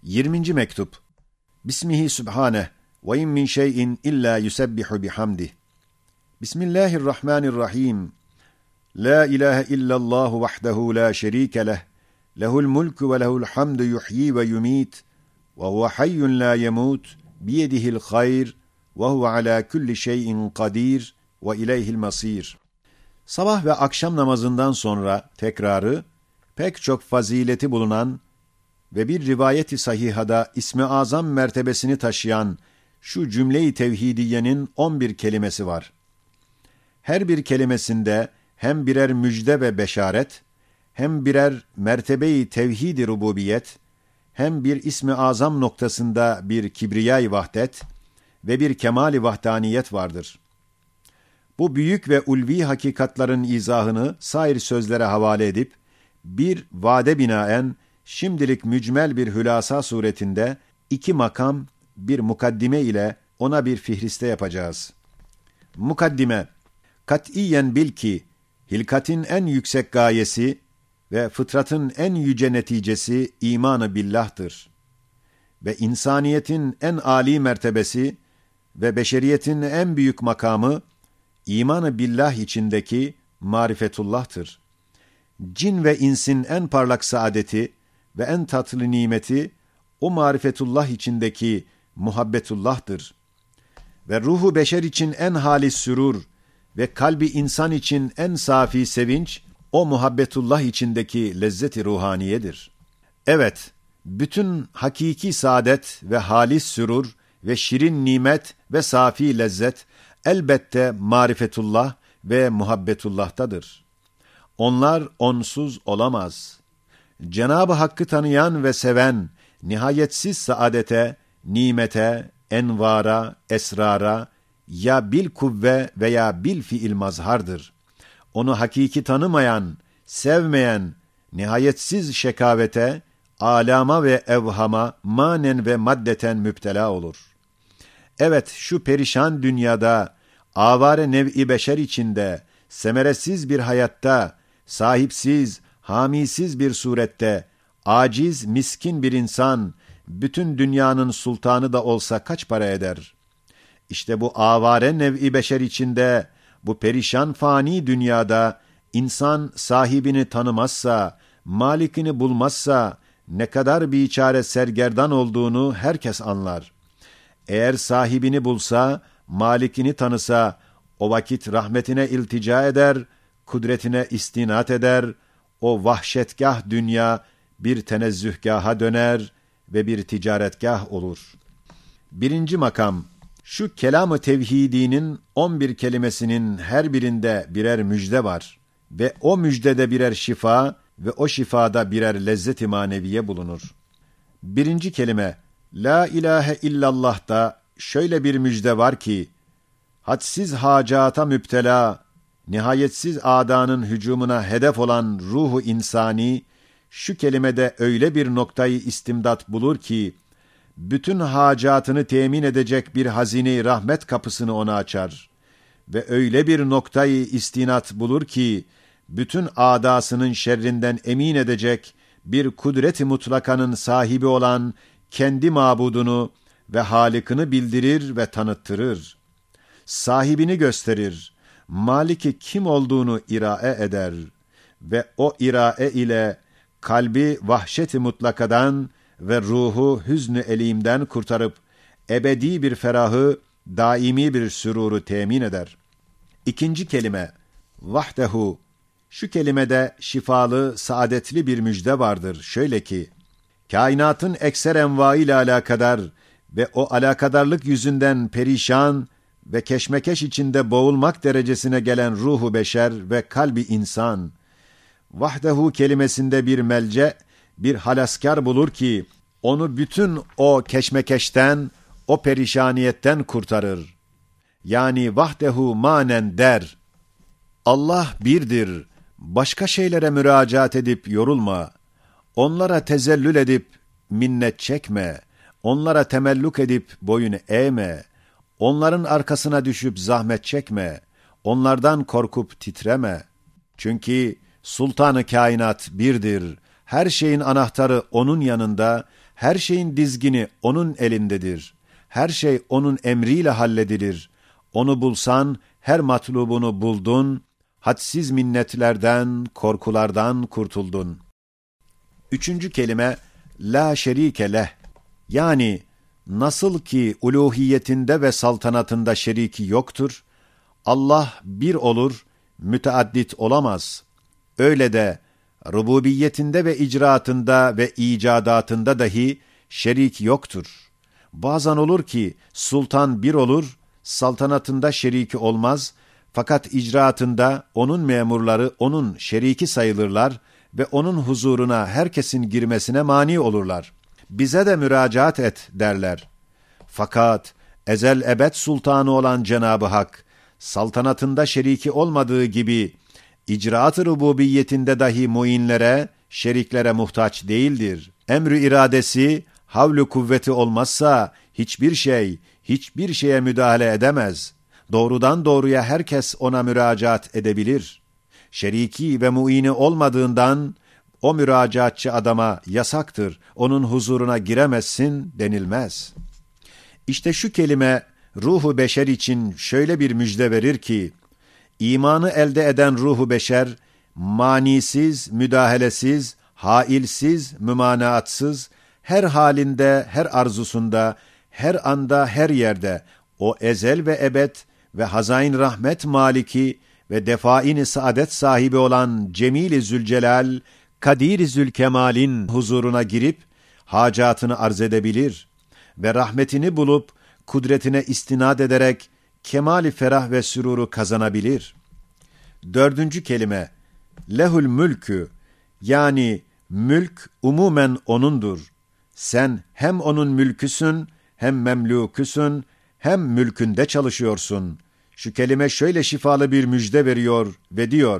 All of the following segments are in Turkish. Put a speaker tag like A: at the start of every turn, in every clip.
A: 20. mektup. Bismihi Sübhaneh ve in min şeyin illa yusebbihu bihamdih. Bismillahirrahmanirrahim. La ilahe illallah vahdehu la şerike leh. Lehul mulku ve lehul hamdu yuhyi ve yumit. Ve huve hayyun la yemut. Biyedihil hayr. Ve huve ala kulli şeyin kadir. Ve ileyhil masir. Sabah ve akşam namazından sonra tekrarı, pek çok fazileti bulunan ve bir rivayeti sahihada ismi azam mertebesini taşıyan şu cümle-i tevhidiyenin 11 kelimesi var. Her bir kelimesinde hem birer müjde ve beşaret, hem birer mertebe-i tevhid-i rububiyet, hem bir ismi azam noktasında bir kibriyay vahdet ve bir kemali vahdaniyet vardır. Bu büyük ve ulvi hakikatların izahını sair sözlere havale edip, bir vade binaen şimdilik mücmel bir hülasa suretinde 2 makam, bir mukaddime ile ona bir fihriste yapacağız. Mukaddime, katiyen bil ki, hilkatin en yüksek gayesi ve fıtratın en yüce neticesi iman-ı billah'tır. Ve insaniyetin en âli mertebesi ve beşeriyetin en büyük makamı, iman-ı billah içindeki marifetullah'tır. Cin ve insin en parlak saadeti ve en tatlı nimeti, o marifetullah içindeki muhabbetullah'tır. Ve ruhu beşer için en halis sürur ve kalbi insan için en safi sevinç, o muhabbetullah içindeki lezzet-i ruhaniyedir. Evet, bütün hakiki saadet ve halis sürur ve şirin nimet ve safi lezzet, elbette marifetullah ve muhabbetullah'tadır. Onlar onsuz olamaz. Cenab-ı Hakk'ı tanıyan ve seven, nihayetsiz saadete, nimete, envara, esrara, ya bil kuvve veya bil fiil mazhardır. Onu hakiki tanımayan, sevmeyen, nihayetsiz şekavete, alama ve evhama, manen ve maddeten müptela olur. Evet, şu perişan dünyada, avare nev'i beşer içinde, semeresiz bir hayatta, sahipsiz, hamisiz bir surette, aciz, miskin bir insan, bütün dünyanın sultanı da olsa kaç para eder? İşte bu avare nev'i beşer içinde, bu perişan fani dünyada, insan sahibini tanımazsa, malikini bulmazsa, ne kadar biçare sergerdan olduğunu herkes anlar. Eğer sahibini bulsa, malikini tanısa, o vakit rahmetine iltica eder, kudretine istinat eder, o vahşetgah dünya bir tenezzühgaha döner ve bir ticaretgah olur. 1. makam, şu kelam-ı tevhidinin 11 kelimesinin her birinde birer müjde var ve o müjdede birer şifa ve o şifada birer lezzet-i maneviye bulunur. 1. kelime, La ilahe illallah'ta şöyle bir müjde var ki, hadsiz hacata müptela, nihayetsiz âdanın hücumuna hedef olan ruhu insani, şu kelimede öyle bir noktayı istimdat bulur ki, bütün hacatını temin edecek bir hazine-i rahmet kapısını ona açar ve öyle bir noktayı istinat bulur ki, bütün âdasının şerrinden emin edecek bir kudret-i mutlakanın sahibi olan kendi mabudunu ve halikini bildirir ve tanıttırır. Sahibini gösterir, maliki kim olduğunu irae eder ve o irae ile kalbi vahşet-i mutlakadan ve ruhu hüznü elimden kurtarıp ebedi bir ferahı, daimi bir süruru temin eder. 2. kelime, vahdehu. Şu kelimede şifalı, saadetli bir müjde vardır. Şöyle ki, kainatın ekser envaiyle alakadar ve o alakadarlık yüzünden perişan ve keşmekeş içinde boğulmak derecesine gelen ruhu beşer ve kalbi insan, vahdehu kelimesinde bir melce, bir halaskar bulur ki, onu bütün o keşmekeşten, o perişaniyetten kurtarır. Yani vahdehu manen der, Allah birdir, başka şeylere müracaat edip yorulma, onlara tezellül edip minnet çekme, onlara temelluk edip boyun eğme, onların arkasına düşüp zahmet çekme, onlardan korkup titreme. Çünkü Sultan-ı Kainat birdir, her şeyin anahtarı onun yanında, Her şeyin dizgini onun elindedir. Her şey onun emriyle halledilir. Onu bulsan her matlubunu buldun, hadsiz minnetlerden, korkulardan kurtuldun. Üçüncü kelime, la şerike leh. Yani nasıl ki uluhiyetinde ve saltanatında şeriki yoktur, Allah bir olur, müteaddit olamaz. Öyle de rububiyetinde ve icraatında ve icadatında dahi şerik yoktur. Bazen olur ki sultan bir olur, saltanatında şeriki olmaz, fakat icraatında onun memurları onun şeriki sayılırlar ve onun huzuruna herkesin girmesine mani olurlar. Bize de müracaat et derler. Fakat ezel ebed sultanı olan Cenab-ı Hak, saltanatında şeriki olmadığı gibi, icraat-ı rububiyetinde dahi muinlere, şeriklere muhtaç değildir. Emr-i iradesi, havlu kuvveti olmazsa, hiçbir şeye müdahale edemez. Doğrudan doğruya herkes ona müracaat edebilir. Şeriki ve muini olmadığından, o müracaatçı adama yasaktır, onun huzuruna giremezsin denilmez. İşte şu kelime, ruhu beşer için şöyle bir müjde verir ki, imanı elde eden ruhu beşer, manisiz, müdahalesiz, hailsiz, mümanaatsız, her halinde, her arzusunda, her anda, her yerde, o ezel ve ebed ve hazain rahmet maliki ve defain-i saadet sahibi olan Cemil-i Zülcelal, Kadir-i Zülkemal'in huzuruna girip, hacatını arz edebilir ve rahmetini bulup, kudretine istinad ederek, kemali ferah ve süruru kazanabilir. Dördüncü kelime, lehul mülkü, yani mülk umumen O'nundur. Sen hem O'nun mülküsün, hem memlûküsün, hem mülkünde çalışıyorsun. Şu kelime şöyle şifalı bir müjde veriyor ve diyor,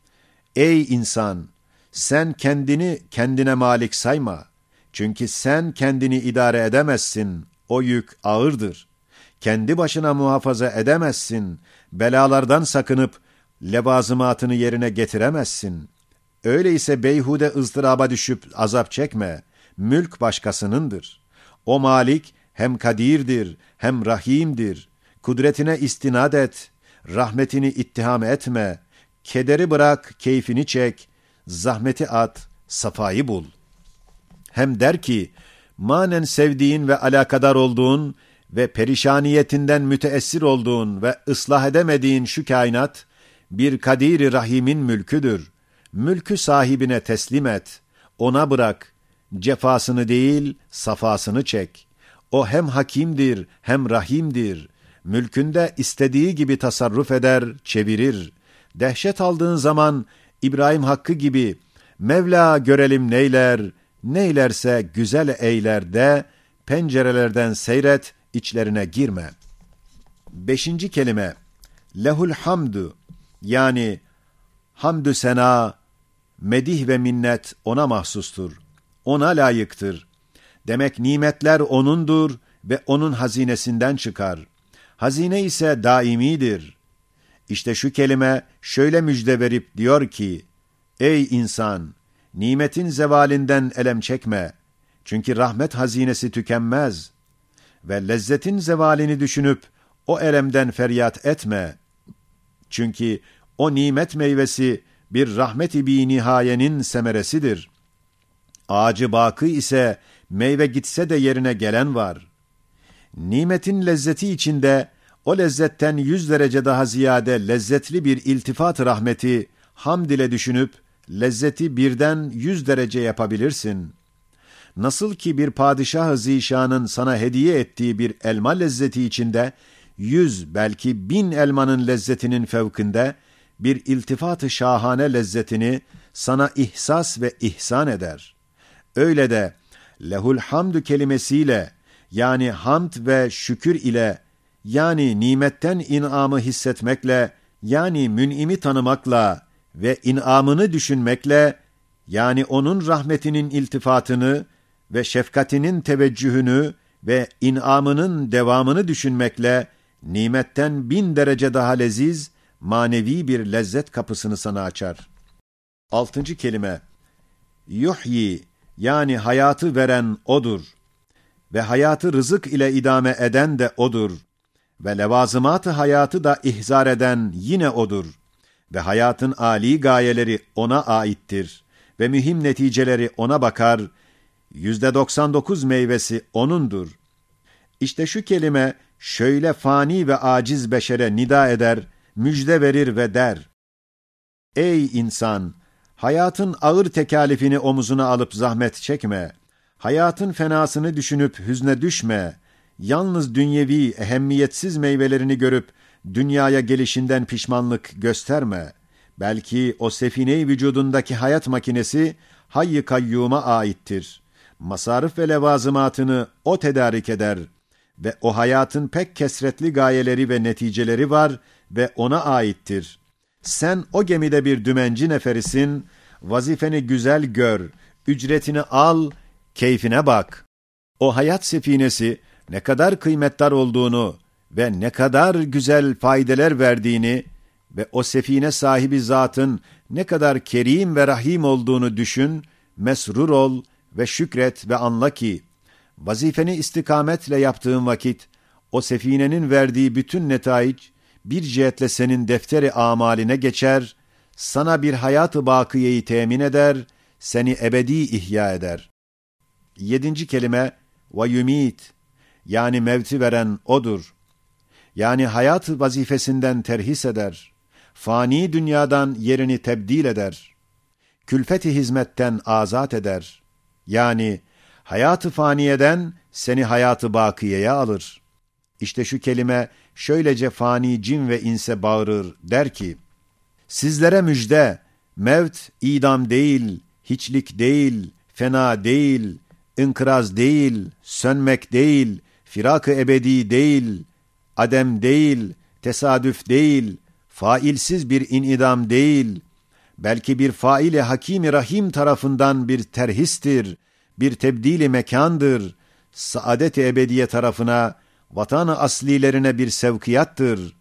A: ey insan, sen kendini kendine malik sayma. Çünkü sen kendini idare edemezsin, o yük ağırdır. Kendi başına muhafaza edemezsin, belalardan sakınıp levazımatını yerine getiremezsin. Öyleyse beyhude ızdıraba düşüp azap çekme, mülk başkasınındır. O malik hem kadirdir, hem rahimdir. Kudretine istinad et, rahmetini ittiham etme, kederi bırak, keyfini çek, zahmeti at, safayı bul. Hem der ki, manen sevdiğin ve alakadar olduğun ve perişaniyetinden müteessir olduğun ve ıslah edemediğin şu kainat, bir Kadir-i Rahim'in mülküdür. Mülkü sahibine teslim et, ona bırak, cefasını değil, safasını çek. O hem hakimdir, hem rahimdir. Mülkünde istediği gibi tasarruf eder, çevirir. Dehşet aldığın zaman İbrahim Hakkı gibi, Mevla görelim neyler, neylerse güzel eyler de, pencerelerden seyret, içlerine girme. Beşinci kelime, lehul hamdu, yani hamdü sena, medih ve minnet ona mahsustur. Ona layıktır. Demek nimetler O'nundur ve O'nun hazinesinden çıkar. Hazine ise daimidir. İşte şu kelime şöyle müjde verip diyor ki, ey insan, nimetin zevalinden elem çekme. Çünkü rahmet hazinesi tükenmez. Ve lezzetin zevalini düşünüp o elemden feryat etme. Çünkü o nimet meyvesi bir rahmet-i binihayenin semeresidir. Ağacı bakı ise meyve gitse de yerine gelen var. Nimetin lezzeti içinde o lezzetten 100 derece daha ziyade lezzetli bir iltifat rahmeti hamd ile düşünüp lezzeti birden 100 derece yapabilirsin. Nasıl ki bir padişah-ı zişanın sana hediye ettiği bir elma lezzeti içinde 100 belki 1000 elmanın lezzetinin fevkinde bir iltifat-ı şahane lezzetini sana ihsas ve ihsan eder. Öyle de lehul hamdü kelimesiyle, yani hamd ve şükür ile, yani nimetten inamı hissetmekle, yani mün'imi tanımakla ve inamını düşünmekle, yani onun rahmetinin iltifatını ve şefkatinin teveccühünü ve inamının devamını düşünmekle, nimetten 1000 derece daha leziz, manevi bir lezzet kapısını sana açar. Altıncı kelime, yuhyi, yani hayatı veren O'dur. ve hayatı rızık ile idame eden de O'dur. Ve levazımat-ı hayatı da ihzar eden yine O'dur. Ve hayatın âli gayeleri O'na aittir. Ve mühim neticeleri O'na bakar. %99 meyvesi O'nundur. İşte şu kelime şöyle fani ve aciz beşere nida eder, müjde verir ve der: Ey insan! Hayatın ağır tekalifini omuzuna alıp zahmet çekme. Hayatın fenasını düşünüp hüzne düşme. Yalnız dünyevi, ehemmiyetsiz meyvelerini görüp dünyaya gelişinden pişmanlık gösterme. Belki o sefine-i vücudundaki hayat makinesi hayy-i kayyuma aittir. Masarif ve levazımatını o tedarik eder ve o hayatın pek kesretli gayeleri ve neticeleri var ve ona aittir. Sen o gemide bir dümenci neferisin, vazifeni güzel gör, ücretini al, keyfine bak. O hayat sefinesi ne kadar kıymetdar olduğunu ve ne kadar güzel faydeler verdiğini ve o sefine sahibi zatın ne kadar kerim ve rahim olduğunu düşün, mesrur ol ve şükret ve anla ki, vazifeni istikametle yaptığın vakit, o sefinenin verdiği bütün netaic, bir cihetle senin defteri amaline geçer, sana bir hayat-ı bakiyeyi temin eder, seni ebedi ihya eder. 7. kelime, ve yumit, yani mevti veren O'dur. Yani hayat vazifesinden terhis eder, fani dünyadan yerini tebdil eder, külfet-i hizmetten azat eder. Yani hayat-ı faniyeden seni hayat-ı bakiyeye alır. İşte şu kelime şöylece fani cin ve inse bağırır, der ki: Sizlere müjde, mevt idam değil, hiçlik değil, fena değil, inkıraz değil, sönmek değil, firak-ı ebedi değil, adem değil, tesadüf değil, failsiz bir inidam değil, belki bir fail-i hakim-i rahim tarafından bir terhistir, bir tebdil-i mekandır, saadet-i ebediye tarafına, vatan-ı aslilerine bir sevkiyattır,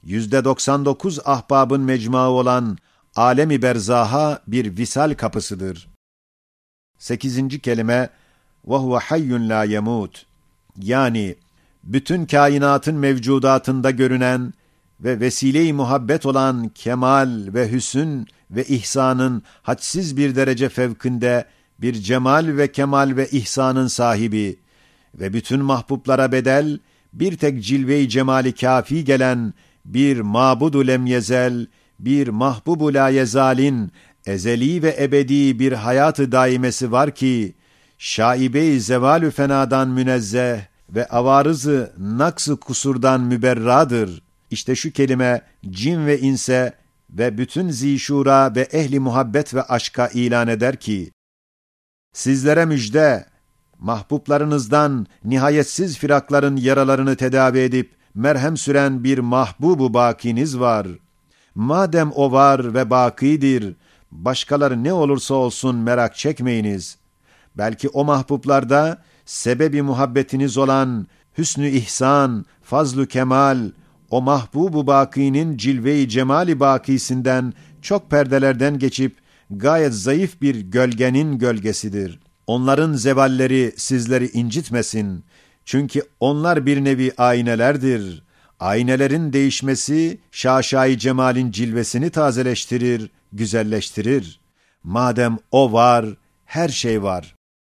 A: %99 ahbabın mecmuası olan alem-i berzaha bir visal kapısıdır. 8. kelime, وَهُوَ حَيٌّ لَا يَمُوتُ, yani bütün kainatın mevcudatında görünen ve vesile-i muhabbet olan kemal ve hüsn ve ihsanın hadsiz bir derece fevkinde bir cemal ve kemal ve ihsanın sahibi ve bütün mahbublara bedel bir tek cilve-i cemali kafi gelen bir mabudu lem yezel, bir mahbubu la yezalin ezeli ve ebedi bir hayat-ı daimesi var ki, şaibe-i zeval-ü fenadan münezzeh ve avarız-ı naks-ı kusurdan müberradır. İşte şu kelime cin ve inse ve bütün zişura ve ehli muhabbet ve aşka ilan eder ki, sizlere müjde, mahbublarınızdan nihayetsiz firakların yaralarını tedavi edip merhem süren bir mahbubu bakiniz var. Madem o var ve bakidir, başkaları ne olursa olsun merak çekmeyiniz. Belki o mahbublarda sebebi muhabbetiniz olan hüsnü ihsan, fazlu kemal, o mahbubu bakinin cilve-i cemali bakisinden çok perdelerden geçip gayet zayıf bir gölgenin gölgesidir. Onların zevalleri sizleri incitmesin. Çünkü onlar bir nevi aynelerdir. Aynelerin değişmesi şaşai cemalin cilvesini tazeleştirir, güzelleştirir. Madem o var, her şey var.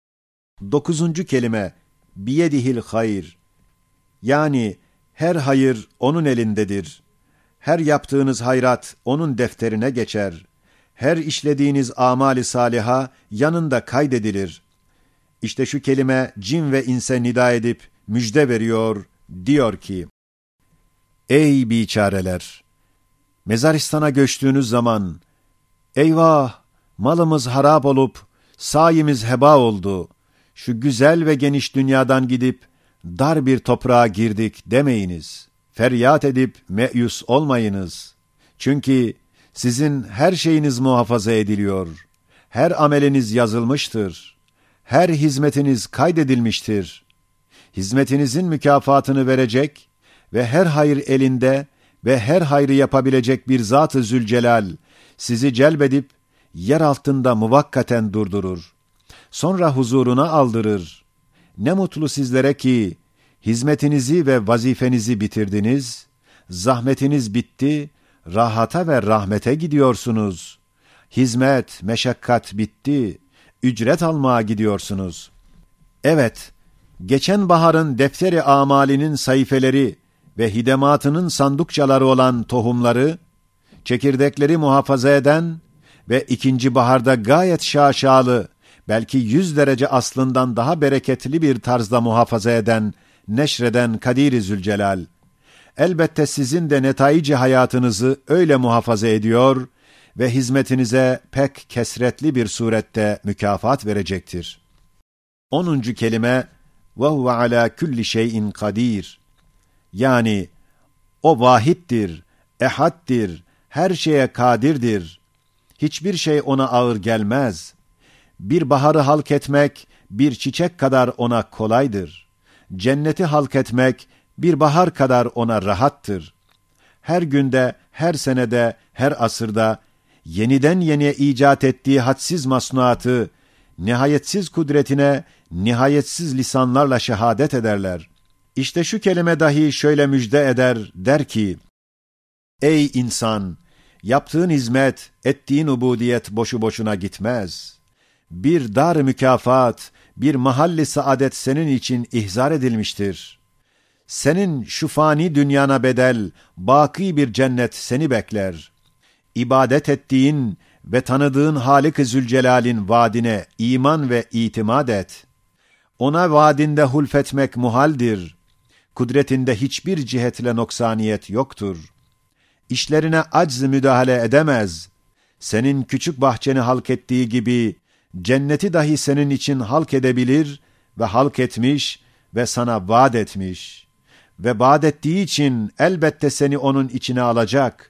A: 9. kelime, biyedihil hayr, yani her hayır onun elindedir. Her yaptığınız hayrat onun defterine geçer. Her işlediğiniz amali saliha yanında kaydedilir. İşte şu kelime cin ve inse nida edip müjde veriyor, diyor ki: Ey biçareler! Mezaristan'a göçtüğünüz zaman, eyvah! Malımız harap olup, sayimiz heba oldu. Şu güzel ve geniş dünyadan gidip, dar bir toprağa girdik demeyiniz. Feryat edip meyus olmayınız. Çünkü sizin her şeyiniz muhafaza ediliyor. Her ameliniz yazılmıştır. Her hizmetiniz kaydedilmiştir. Hizmetinizin mükafatını verecek ve her hayır elinde ve her hayrı yapabilecek bir Zat-ı Zülcelal sizi celbedip yer altında muvakkaten durdurur. Sonra huzuruna aldırır. ne mutlu sizlere ki hizmetinizi ve vazifenizi bitirdiniz, zahmetiniz bitti, rahata ve rahmete gidiyorsunuz. Hizmet, meşakkat bitti, ücret almaya gidiyorsunuz. Evet, geçen baharın defteri amalinin sayfeleri ve hidematının sandukçaları olan tohumları, çekirdekleri muhafaza eden ve ikinci baharda gayet şaşalı, belki 100 derece aslından daha bereketli bir tarzda muhafaza eden, neşreden Kadir-i Zülcelal, elbette sizin de netaici hayatınızı öyle muhafaza ediyor ve hizmetinize pek kesretli bir surette mükafat verecektir. 10. kelime, وَهُوَ عَلَى كُلِّ شَيْءٍ قَدِيرٌ. Yani, o vahittir, ehaddir, her şeye kadirdir. Hiçbir şey ona ağır gelmez. Bir baharı halk etmek, bir çiçek kadar ona kolaydır. Cenneti halk etmek, bir bahar kadar ona rahattır. Her günde, her senede, her asırda, yeniden yeniye icat ettiği hadsiz masnuatı, nihayetsiz kudretine, nihayetsiz lisanlarla şehadet ederler. İşte şu kelime dahi şöyle müjde eder, der ki, ey insan! Yaptığın hizmet, ettiğin ubudiyet boşu boşuna gitmez. Bir dar mükafat, bir mahalli saadet senin için ihzar edilmiştir. Senin şu fani dünyana bedel, baki bir cennet seni bekler. İbadet ettiğin ve tanıdığın Halik-i Zülcelal'in vaadine iman ve itimat et. Ona vaadinde hulfetmek muhaldir. Kudretinde hiçbir cihetle noksaniyet yoktur. İşlerine acz müdahale edemez. Senin küçük bahçeni halk ettiği gibi, cenneti dahi senin için halk edebilir ve halk etmiş ve sana vaat etmiş. Ve vaat ettiği için elbette seni onun içine alacak.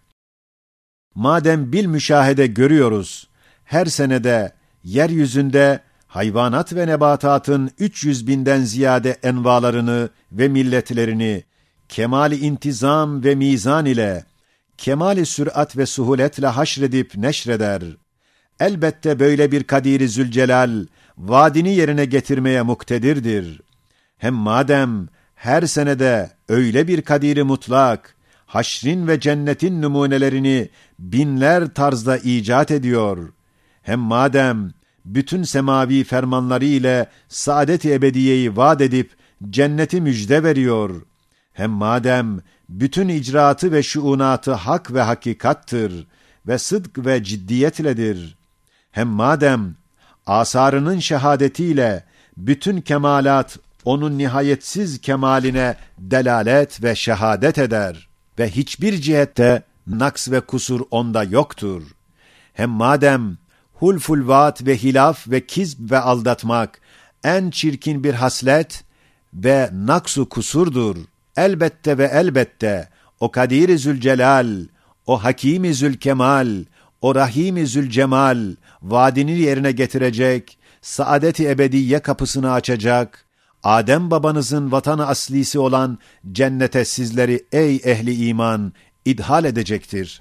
A: Madem bil müşahede görüyoruz, her senede yeryüzünde hayvanat ve nebatatın 300 binden ziyade envalarını ve milletlerini, kemali intizam ve mizan ile, kemali sürat ve suhuletle haşredip neşreder. Elbette böyle bir Kadir-i Zülcelal, vaadini yerine getirmeye muktedirdir. Hem madem her senede öyle bir Kadir-i mutlak, haşrin ve cennetin numunelerini binler tarzda icat ediyor. Hem madem bütün semavi fermanları ile saadet-i ebediyeyi vaat edip cenneti müjde veriyor. Hem madem bütün icraatı ve şuunatı hak ve hakikattır ve sıdk ve ciddiyetledir. Hem madem asarının şehadetiyle bütün kemalat onun nihayetsiz kemaline delalet ve şehadet eder ve hiçbir cihette naks ve kusur onda yoktur. Hem madem hulful vaat ve hilaf ve kizb ve aldatmak en çirkin bir haslet ve naksu kusurdur. Elbette ve elbette o Kadir-i Zülcelal, o Hakim-i Zülkemal, o Rahim-i Zülcemal vaadini yerine getirecek, saadet-i ebediye kapısını açacak, Adem babanızın vatanı aslisi olan cennete sizleri ey ehli iman idhal edecektir.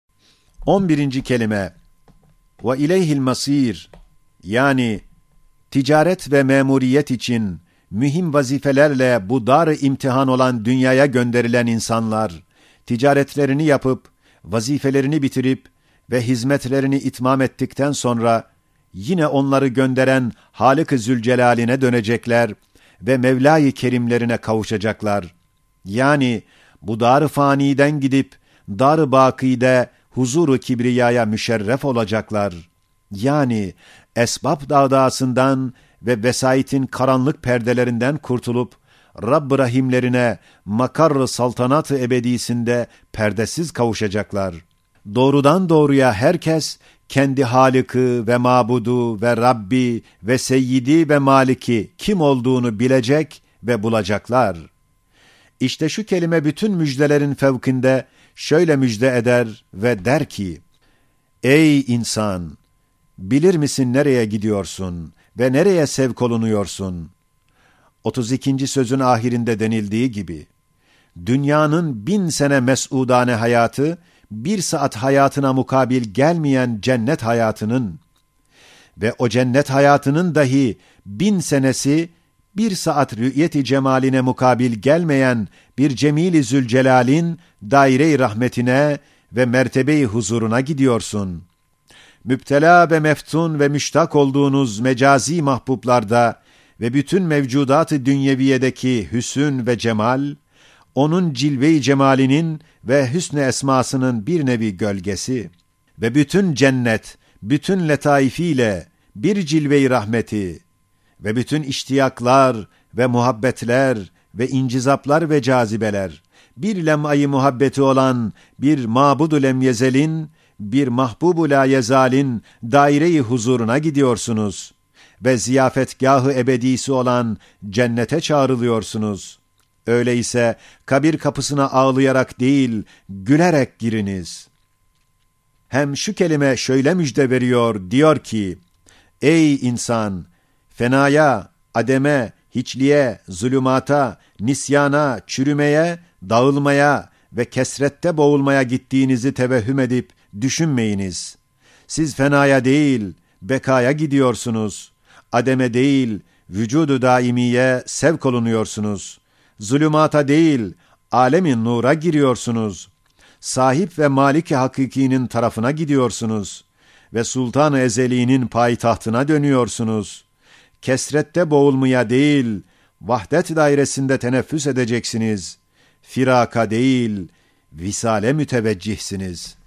A: 11. kelime ve ileyhil masir, yani ticaret ve memuriyet için mühim vazifelerle bu dar-ı imtihan olan dünyaya gönderilen insanlar, ticaretlerini yapıp, vazifelerini bitirip ve hizmetlerini itmam ettikten sonra, yine onları gönderen Halik-i Zülcelal'ine dönecekler ve Mevla-i Kerimlerine kavuşacaklar. Yani bu dar-ı faniden gidip, dar-ı bakide huzur-u kibriyaya müşerref olacaklar. Yani esbab dağdağısından ve vesayetin karanlık perdelerinden kurtulup, Rabb-ı Rahimlerine makar-ı saltanat-ı ebedisinde perdesiz kavuşacaklar. Doğrudan doğruya herkes kendi Halık'ı ve Mabudu ve Rabbi ve Seyyidi ve Maliki kim olduğunu bilecek ve bulacaklar. İşte şu kelime bütün müjdelerin fevkinde şöyle müjde eder ve der ki, ey insan! Bilir misin nereye gidiyorsun ve nereye sevk olunuyorsun? 32. sözün ahirinde denildiği gibi, dünyanın 1000 sene mes'udane hayatı, 1 saat hayatına mukabil gelmeyen cennet hayatının ve o cennet hayatının dahi 1000 senesi bir saat rü'yeti cemaline mukabil gelmeyen bir Cemil-i Zülcelal'in daire-i rahmetine ve mertebe-i huzuruna gidiyorsun. Müptela ve meftun ve müştak olduğunuz mecazi mahbublarda ve bütün mevcudat-ı dünyeviyedeki hüsn ve cemal, onun cilve-i cemalinin ve hüsn-i esmasının bir nevi gölgesi ve bütün cennet, bütün letaifiyle bir cilve-i rahmeti ve bütün iştiyaklar ve muhabbetler ve incizaplar ve cazibeler, bir lem'ayı muhabbeti olan bir mabud-u lemyezelin, bir mahbub-u la yezalin daire-i huzuruna gidiyorsunuz ve ziyafetgâh-ı ebedisi olan cennete çağrılıyorsunuz. Öyleyse kabir kapısına ağlayarak değil, gülerek giriniz. Hem şu kelime şöyle müjde veriyor, diyor ki, ey insan, fenaya, ademe, hiçliğe, zulümata, nisyana, çürümeye, dağılmaya ve kesrette boğulmaya gittiğinizi tevehhüm edip düşünmeyiniz. Siz fenaya değil, bekaya gidiyorsunuz. Ademe değil, vücudu daimiye sevk olunuyorsunuz. Zulümata değil, alemin nura giriyorsunuz. Sahip ve Malik-i Hakiki'nin tarafına gidiyorsunuz ve Sultan-ı Ezeli'nin payitahtına dönüyorsunuz. Kesrette boğulmaya değil, vahdet dairesinde teneffüs edeceksiniz. Firaka değil, visale müteveccihsiniz.''